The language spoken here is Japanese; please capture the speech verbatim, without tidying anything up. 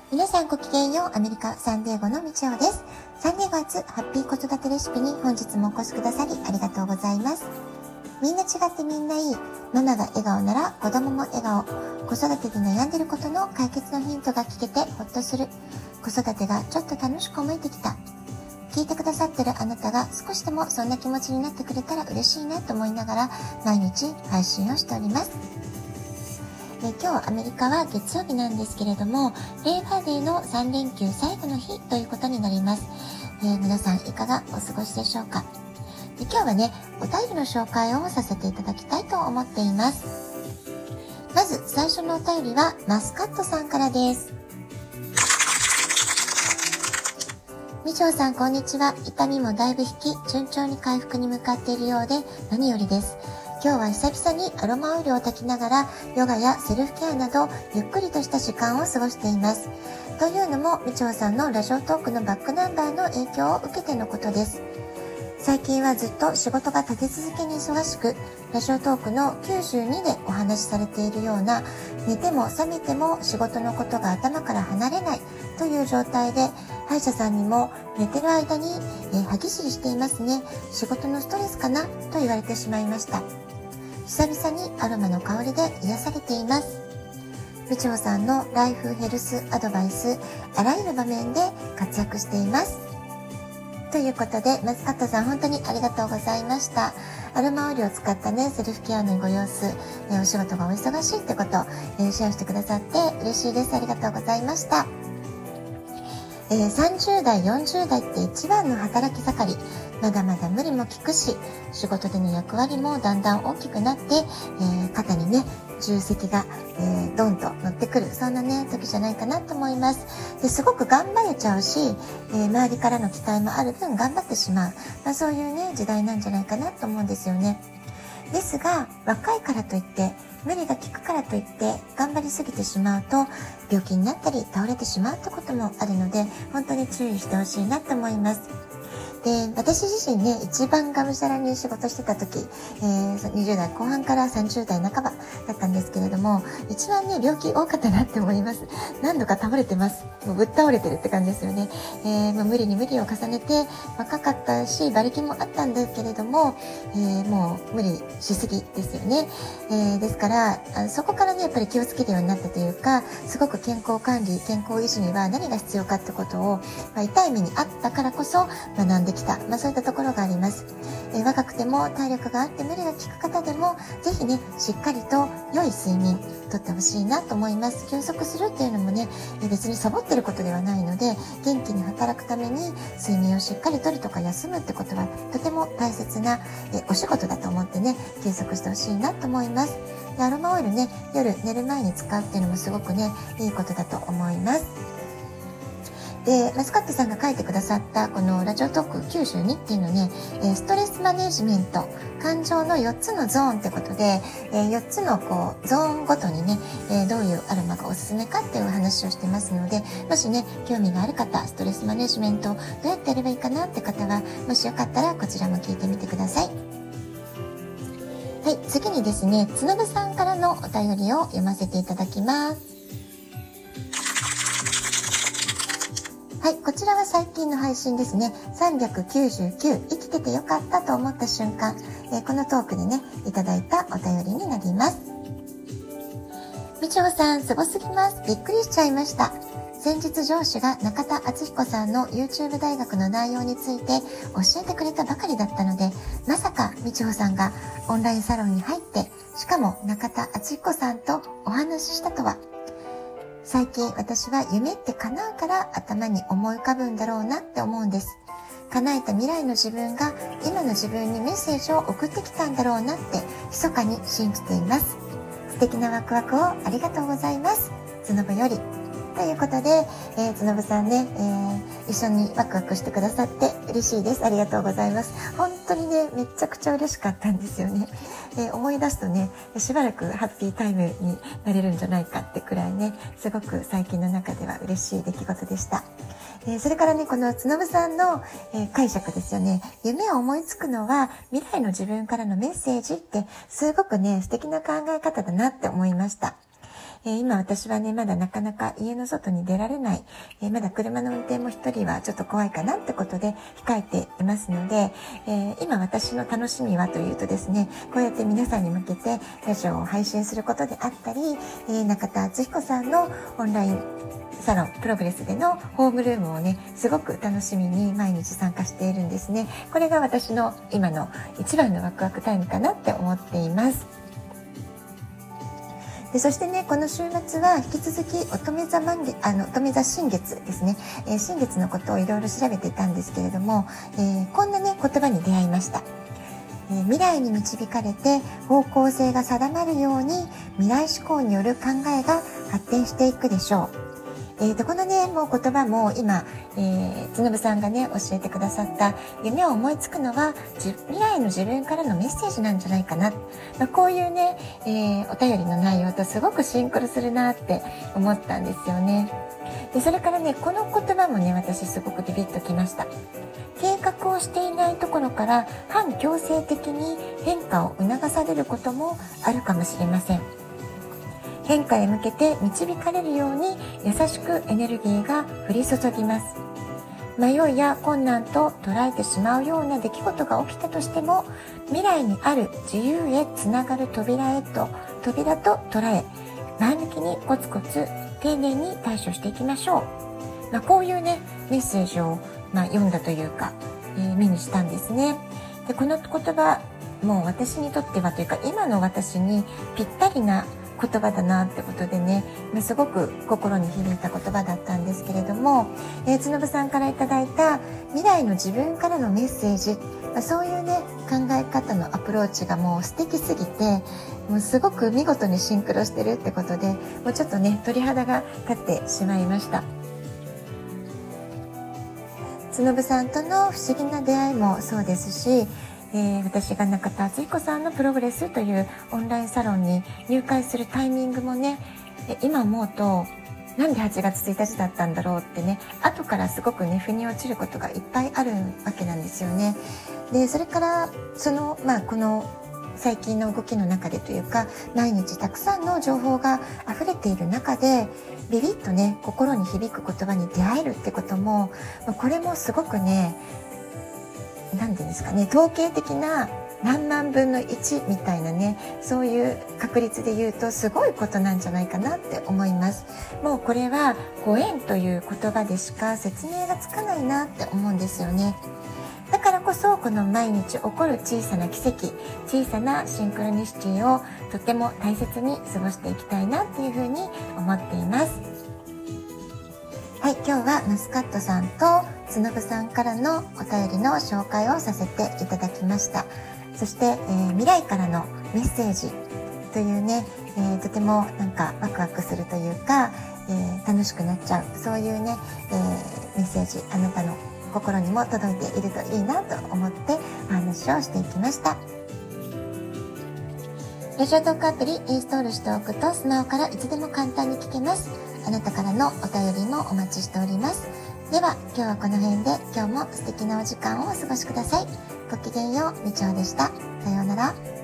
皆さんごきげんよう。アメリカサンディエゴのみちおです。サンディエゴ発ハッピー子育てレシピに本日もお越しくださりありがとうございます。みんな違ってみんないい。ママが笑顔なら子供も笑顔。子育てで悩んでることの解決のヒントが聞けてほっとする。子育てがちょっと楽しく思えてきた。聞いてくださってるあなたが少しでもそんな気持ちになってくれたら嬉しいなと思いながら毎日配信をしております。え今日アメリカは月曜日なんですけれども、レイバーデーのさん連休最後の日ということになります。えー、皆さんいかがお過ごしでしょうか。で今日はね、お便りの紹介をさせていただきたいと思っています。まず最初のお便りはマスカットさんからです。みちょうさんこんにちは。痛みもだいぶ引き、順調に回復に向かっているようで何よりです。今日は久々にアロマオイルを炊きながらヨガやセルフケアなどゆっくりとした時間を過ごしています。というのもみちょうさんのラジオトークのバックナンバーの影響を受けてのことです。最近はずっと仕事が立て続けに忙しく、ラジオトークのきゅうじゅうにでお話しされているような寝ても覚めても仕事のことが頭から離れないという状態で、歯医者さんにも寝てる間に、えー、歯ぎしりしていますね。仕事のストレスかなと言われてしまいました。久々にアロマの香りで癒されています。みちおさんのライフヘルスアドバイス、あらゆる場面で活躍しています。ということで、マスカットさん本当にありがとうございました。アロマオイルを使ったね、セルフケアのご様子、えー、お仕事がお忙しいってことを、えー、シェアしてくださって嬉しいです。ありがとうございました。えー、さんじゅう代、よんじゅう代って一番の働き盛り。まだまだ無理も効くし、仕事での役割もだんだん大きくなって、えー、肩にね、重責が、えー、ドンと乗ってくる、そんなね、時じゃないかなと思います。ですごく頑張れちゃうし、えー、周りからの期待もある分頑張ってしまう。まあ、そういうね、時代なんじゃないかなと思うんですよね。ですが、若いからといって、無理が効くからといって頑張りすぎてしまうと病気になったり倒れてしまうってこともあるので、本当に注意してほしいなと思います。で、私自身ね、一番がむしゃらに仕事してた時、えー、にじゅう代後半からさんじゅう代半ばだったんですけれども、一番ね、病気多かったなって思います。何度か倒れてます。もうぶっ倒れてるって感じですよね。えー、まあ、無理に無理を重ねて、若かったし、馬力もあったんだけれども、えー、もう無理しすぎですよね。えー、ですから、あそこからね、やっぱり気をつけるようになったというか、すごく健康管理、健康維持には何が必要かってことを、まあ、痛い目にあったからこそ学んできた。まあ、そういったところがあります。えー、若くても体力があって無理が効く方でも、ぜひね、しっかりと良い睡眠とってほしいなと思います。休息するっていうのもね、別にサボってることではないので、元気に働くために睡眠をしっかりとるとか休むってことはとても大切なえお仕事だと思ってね、休息してほしいなと思います。で、アロマオイルね、夜寝る前に使うっていうのもすごくね、いいことだと思います。で、マスカットさんが書いてくださったこのラジオトークきゅうじゅうにっていうのね、ストレスマネジメント、感情のよっつのゾーンってことで、よっつのこうゾーンごとにね、どういうアロマがおすすめかっていう話をしてますので、もしね、興味がある方、ストレスマネジメントをどうやってやればいいかなって方は、もしよかったらこちらも聞いてみてください。はい、次にですね、つのぶさんからのお便りを読ませていただきます。はい、こちらは最近の配信ですね。さんびゃくきゅうじゅうきゅう、生きててよかったと思った瞬間、えー、このトークでね、いただいたお便りになります。みちおさん、すごすぎます。びっくりしちゃいました。先日上司が中田敦彦さんの YouTube 大学の内容について教えてくれたばかりだったので、まさかみちおさんがオンラインサロンに入って、しかも中田敦彦さんとお話ししたとは。最近私は夢って叶うから頭に思い浮かぶんだろうなって思うんです。叶えた未来の自分が今の自分にメッセージを送ってきたんだろうなって密かに信じています。素敵なワクワクをありがとうございます。つのぶより。ということで、えー、つのぶさんね、えー、一緒にワクワクしてくださって嬉しいです。ありがとうございます。本当にね、めちゃくちゃ嬉しかったんですよね。えー、思い出すとね、しばらくハッピータイムになれるんじゃないかってくらいね、すごく最近の中では嬉しい出来事でした。えー、それからね、このつのぶさんの、えー、解釈ですよね。夢を思いつくのは未来の自分からのメッセージってすごくね、素敵な考え方だなって思いました。 えー、今私はね、まだなかなか家の外に出られない、えー、まだ車の運転も一人はちょっと怖いかなってことで控えていますので、えー、今私の楽しみはというとですね、こうやって皆さんに向けてラジオを配信することであったり、えー、中田敦彦さんのオンラインサロンプログレスでのホームルームをね、すごく楽しみに毎日参加しているんですね。これが私の今の一番のワクワクタイムかなって思っています。でそしてね、この週末は引き続き乙女座満月、あの乙女座新月ですね、えー、新月のことをいろいろ調べていたんですけれども、えー、こんなね言葉に出会いました。えー、未来に導かれて方向性が定まるように未来志向による考えが発展していくでしょう。えー、とこのねもう言葉も今、えー、つのぶさんがね教えてくださった夢を思いつくのは未来の自分からのメッセージなんじゃないかな、まあ、こういうね、えー、お便りの内容とすごくシンクロするなって思ったんですよね。でそれからね、この言葉もね私すごくビビッときました。計画をしていないところから反強制的に変化を促されることもあるかもしれません。変化へ向けて導かれるように優しくエネルギーが降り注ぎます。迷いや困難と捉えてしまうような出来事が起きたとしても、未来にある自由へつながる扉へと扉と捉え、前向きにコツコツ丁寧に対処していきましょう。まあ、こういうねメッセージを、まあ、読んだというか、えー、目にしたんですね。でこの言葉もう私にとってはというか今の私にぴったりな言葉だなってことでね、すごく心に響いた言葉だったんですけれども、えー、つのぶさんからいただいた未来の自分からのメッセージ、まあ、そういうね考え方のアプローチがもう素敵すぎて、もうすごく見事にシンクロしてるってことで、もうちょっとね鳥肌が立ってしまいました。つのぶさんとの不思議な出会いもそうですし、えー、私が中田敦彦さんのプログレスというオンラインサロンに入会するタイミングもね、今思うとなんではちがつついたちだったんだろうってね、後からすごくね腑に落ちることがいっぱいあるわけなんですよね。でそれからそのまあこの最近の動きの中でというか、毎日たくさんの情報が溢れている中でビビッとね心に響く言葉に出会えるってことも、これもすごくね、なんていうんですかね、統計的な何万分のいちみたいなね、そういう確率で言うとすごいことなんじゃないかなって思います。もうこれはご縁という言葉でしか説明がつかないなって思うんですよね。だからこそこの毎日起こる小さな奇跡、小さなシンクロニシティをとても大切に過ごしていきたいなっていうふうに思っています。はい、今日はマスカットさんとつのぶさんからのお便りの紹介をさせていただきました。そして、えー、未来からのメッセージというね、えー、とてもなんかワクワクするというか、えー、楽しくなっちゃう、そういうね、えー、メッセージあなたの心にも届いているといいなと思ってお話をしていきました。ラジオトークアプリインストールしておくとスマホからいつでも簡単に聞けます。あなたからのお便りもお待ちしております。では今日はこの辺で、今日も素敵なお時間をお過ごしください。ごきげんよう、みちおでした。さようなら。